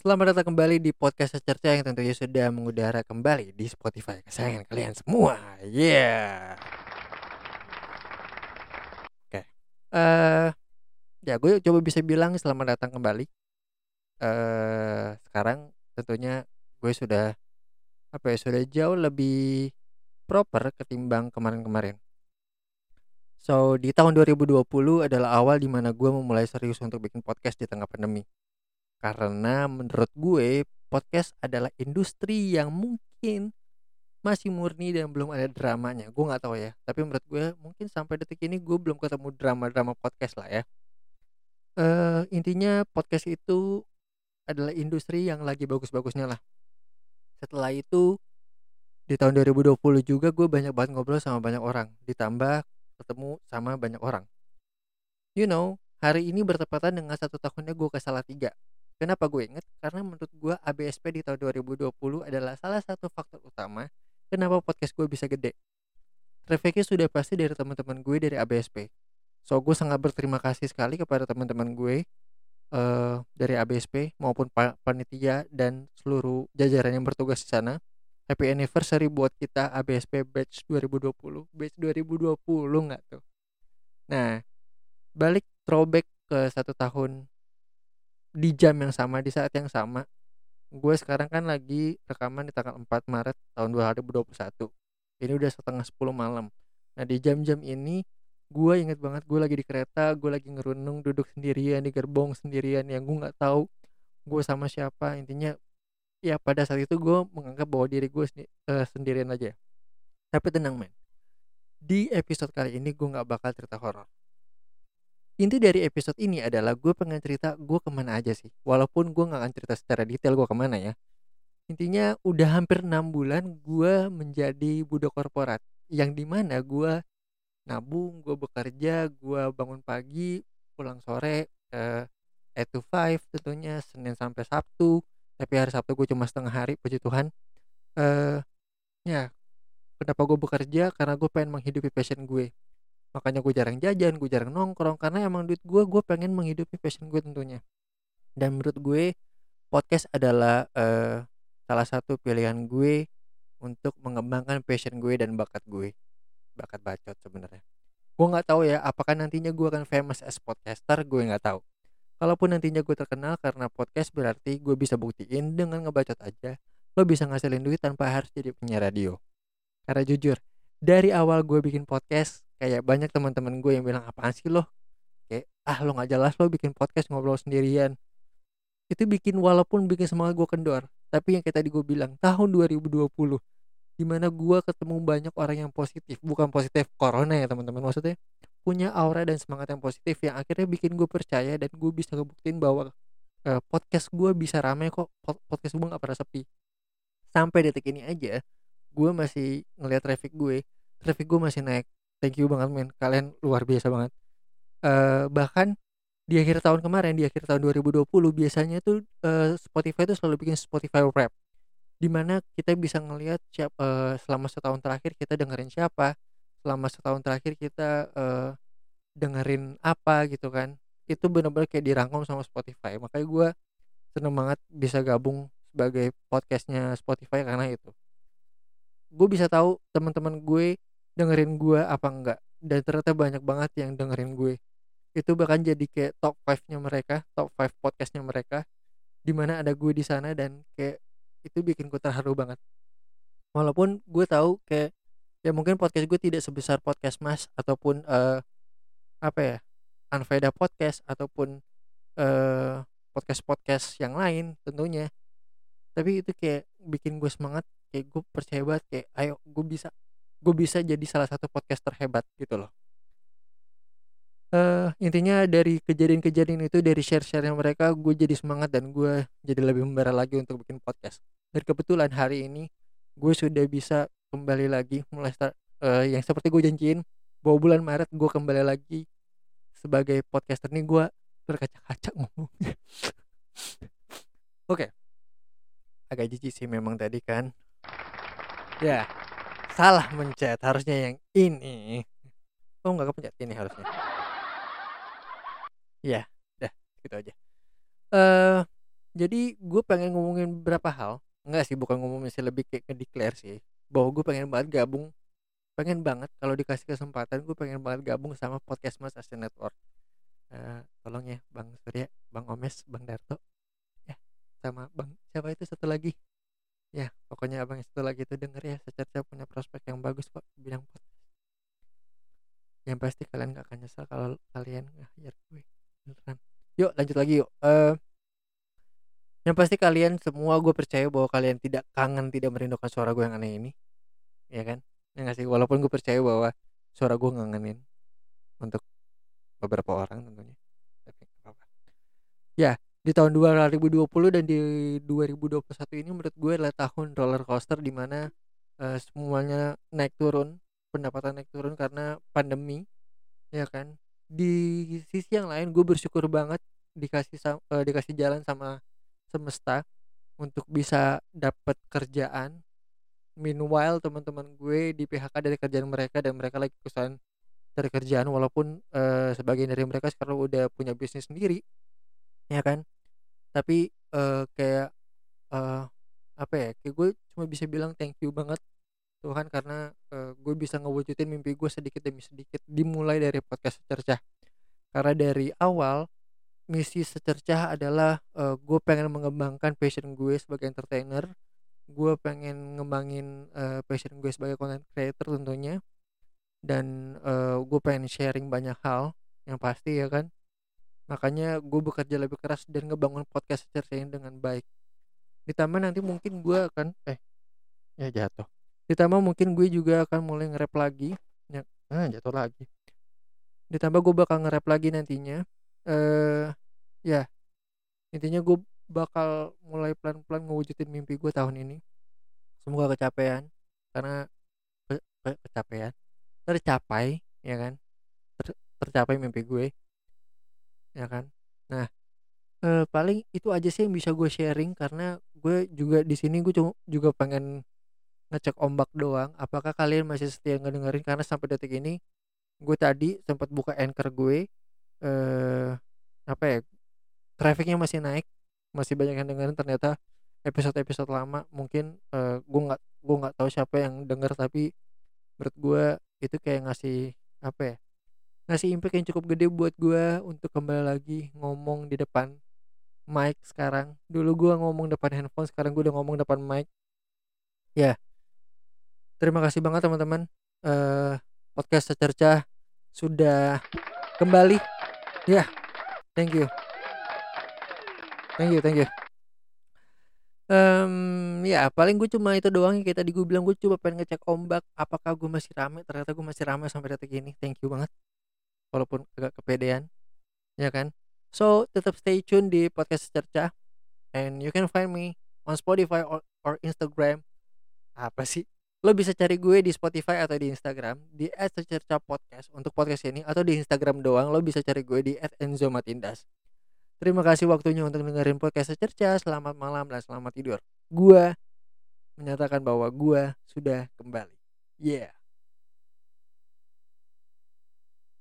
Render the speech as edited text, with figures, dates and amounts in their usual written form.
Selamat datang kembali di podcast Secerca yang tentunya sudah mengudara kembali di Spotify kesayangan kalian semua. Yeah. Oke. Eh, ya gue coba bisa bilang selamat datang kembali. Sekarang tentunya gue sudah sudah jauh lebih proper ketimbang kemarin-kemarin. So, di tahun 2020 adalah awal dimana gue memulai serius untuk bikin podcast di tengah pandemi. Karena menurut gue podcast adalah industri yang mungkin masih murni dan belum ada dramanya. Gue nggak tahu ya, tapi menurut gue mungkin sampai detik ini gue belum ketemu drama-drama podcast lah ya. Intinya podcast itu adalah industri yang lagi bagus-bagusnya lah. Setelah itu di tahun 2020 juga gue banyak banget ngobrol sama banyak orang, ditambah ketemu sama banyak orang. Hari ini bertepatan dengan 1 tahunnya gue ke Salatiga. Kenapa gue inget? Karena menurut gue ABSP di tahun 2020 adalah salah satu faktor utama kenapa podcast gue bisa gede. Trafficnya sudah pasti dari teman-teman gue dari ABSP. So gue sangat berterima kasih sekali kepada teman-teman gue dari ABSP maupun panitia dan seluruh jajaran yang bertugas di sana. Happy anniversary buat kita ABSP batch 2020. Batch 2020 nggak tuh? Nah, balik throwback ke 1 tahun di jam yang sama, di saat yang sama. Gue sekarang kan lagi rekaman di tanggal 4 Maret tahun 2021. Ini udah setengah 10 malam. Nah di jam-jam ini gue inget banget gue lagi di kereta, gue lagi ngerunung duduk sendirian di gerbong sendirian yang gue nggak tahu gue sama siapa. Intinya ya pada saat itu gue menganggap bahwa diri gue sendirian aja. Tapi tenang men, di episode kali ini gue nggak bakal cerita horor. Inti dari episode ini adalah gue pengen cerita gue kemana aja sih. Walaupun gue nggak akan cerita secara detail gue kemana ya. Intinya udah hampir 6 bulan gue menjadi budak korporat, yang dimana gue nabung, gue bekerja, gue bangun pagi, pulang sore, 8 to 5 tentunya, Senin sampai Sabtu. Tapi hari Sabtu gue cuma setengah hari, puji Tuhan. eh ya kenapa gue bekerja? Karena gue pengen menghidupi passion gue. Makanya gue jarang jajan, gue jarang nongkrong, karena emang duit gue pengen menghidupi passion gue tentunya. Dan menurut gue podcast adalah salah satu pilihan gue untuk mengembangkan passion gue dan bakat gue, bakat bacot sebenarnya. Gue nggak tahu ya apakah nantinya gue akan famous as podcaster, gue nggak tahu. Kalaupun nantinya gue terkenal karena podcast, berarti gue bisa buktiin dengan ngebacot aja lo bisa ngasilin duit tanpa harus jadi penyiar radio. Karena jujur, dari awal gue bikin podcast kayak banyak teman-teman gue yang bilang apaan sih lo, kayak lo nggak jelas lo bikin podcast ngobrol sendirian. Itu walaupun bikin semangat gue kendor. Tapi yang kayak tadi gue bilang, tahun 2020 dimana gue ketemu banyak orang yang positif, bukan positif corona ya teman-teman, maksudnya punya aura dan semangat yang positif yang akhirnya bikin gue percaya dan gue bisa ngebuktiin bahwa podcast gue bisa rame kok, podcast gue nggak pernah sepi. Sampai detik ini aja gue masih ngeliat traffic gue masih naik. Thank you banget men, kalian luar biasa banget. Bahkan di akhir tahun kemarin, di akhir tahun 2020 biasanya tuh Spotify tuh selalu bikin Spotify Wrap, di mana kita bisa ngelihat selama setahun terakhir kita dengerin siapa, selama setahun terakhir kita dengerin apa gitu kan. Itu benar-benar kayak dirangkum sama Spotify. Makanya gue seneng banget bisa gabung sebagai podcastnya Spotify karena itu. Gue bisa tahu teman-teman gue dengerin gue apa enggak, dan ternyata banyak banget yang dengerin gue. Itu bahkan jadi kayak top 5-nya mereka, top 5 podcastnya mereka, di mana ada gue di sana, dan kayak itu bikin gue terharu banget. Walaupun gue tahu kayak ya mungkin podcast gue tidak sebesar podcast Mas ataupun apa ya, Anveda podcast ataupun podcast-podcast yang lain tentunya. Tapi itu kayak bikin gue semangat, kayak gue percaya banget kayak ayo gue bisa jadi salah satu podcast terhebat gitu loh. Intinya dari kejadian-kejadian itu, dari share-share-nya mereka, gue jadi semangat dan gue jadi lebih membara lagi untuk bikin podcast. Dan kebetulan hari ini gue sudah bisa kembali lagi mulai start, yang seperti gue janjiin bahwa bulan Maret gue kembali lagi sebagai podcaster. Nih gue berkaca-kaca ngomongnya. Oke, agak jijik sih memang tadi kan. Ya, salah mencet, harusnya yang ini. Oh nggak kepencet ini harusnya. Ya, dah gitu aja. Jadi gue pengen ngomongin beberapa hal. Enggak sih, bukan ngomongin sih, lebih kayak nge-declare sih. Bahwa gue pengen banget kalau dikasih kesempatan, gue pengen banget gabung sama podcast Mas Asli Network. Tolong ya Bang Surya, Bang Omes, Bang Darto, ya, sama Bang siapa itu satu lagi. Ya, pokoknya abang yang satu lagi itu denger ya, Secerca punya prospek yang bagus kok di bidang podcast. Yang pasti kalian gak akan nyesal kalau kalian nge-hire gue. Beneran. Yuk lanjut lagi yuk. Yang pasti kalian semua, gue percaya bahwa kalian tidak kangen, tidak merindukan suara gue yang aneh ini, ya kan? Ya nggak sih, walaupun gue percaya bahwa suara gue ngangenin untuk beberapa orang tentunya, tapi nggak apa-apa. Ya, di tahun 2020 dan di 2021 ini menurut gue adalah tahun roller coaster, di mana semuanya naik turun, pendapatan naik turun karena pandemi, ya kan? Di sisi yang lain gue bersyukur banget dikasih jalan sama semesta untuk bisa dapat kerjaan. Meanwhile teman-teman gue di PHK dari kerjaan mereka, dan mereka lagi kesusahan cari kerjaan, walaupun sebagian dari mereka sekarang udah punya bisnis sendiri, ya kan. Tapi kayak eh, apa ya, kayak gue cuma bisa bilang thank you banget Tuhan, karena gue bisa ngewujudin mimpi gue sedikit demi sedikit, dimulai dari podcast Secercah. Karena dari awal misi Secercah adalah gue pengen mengembangkan passion gue sebagai entertainer. Gue pengen ngembangin passion gue sebagai content creator tentunya. Dan gue pengen sharing banyak hal yang pasti, ya kan. Makanya gue bekerja lebih keras dan ngebangun podcast Secercah ini dengan baik. Ditambah nanti mungkin gue akan ya jatuh. Ditambah mungkin gue juga akan mulai nge-rap lagi. Ya, jatuh lagi. Ditambah gue bakal nge-rap lagi nantinya. Ya, intinya gue bakal mulai pelan-pelan ngewujudin mimpi gue tahun ini. Semoga kecapean, karena kecapean tercapai, ya kan. Tercapai mimpi gue, ya kan. Nah, paling itu aja sih yang bisa gue sharing, karena gue juga di sini gue juga pengen ngecek ombak doang. Apakah kalian masih setia ngedengerin? Karena sampai detik ini gue tadi sempat buka Anchor gue, eh apa ya, trafficnya masih naik, masih banyak yang dengerin. Ternyata episode-episode lama mungkin gue nggak tahu siapa yang denger, tapi menurut gue itu kayak ngasih apa ya, ngasih impact yang cukup gede buat gue untuk kembali lagi ngomong di depan mic sekarang. Dulu gue ngomong depan handphone, sekarang gue udah ngomong depan mic. Ya, terima kasih banget teman-teman. eh Podcast Secercah sudah kembali. Ya, thank you, thank you. Ya paling gue cuma itu doang yang kayak tadi gue bilang. Gue coba pengen ngecek ombak, apakah gue masih rame. Ternyata gue masih rame sampai detik ini. Thank you banget, walaupun agak kepedean, ya kan. So tetap stay tune di podcast Secercah, and you can find me on Spotify or Instagram. Apa sih, lo bisa cari gue di Spotify atau di Instagram di @secercahpodcast untuk podcast ini, atau di Instagram doang lo bisa cari gue di @enzomatindas. Terima kasih waktunya untuk dengerin podcast Secercah. Selamat malam dan selamat tidur. Gua menyatakan bahwa gua sudah kembali. Yeah.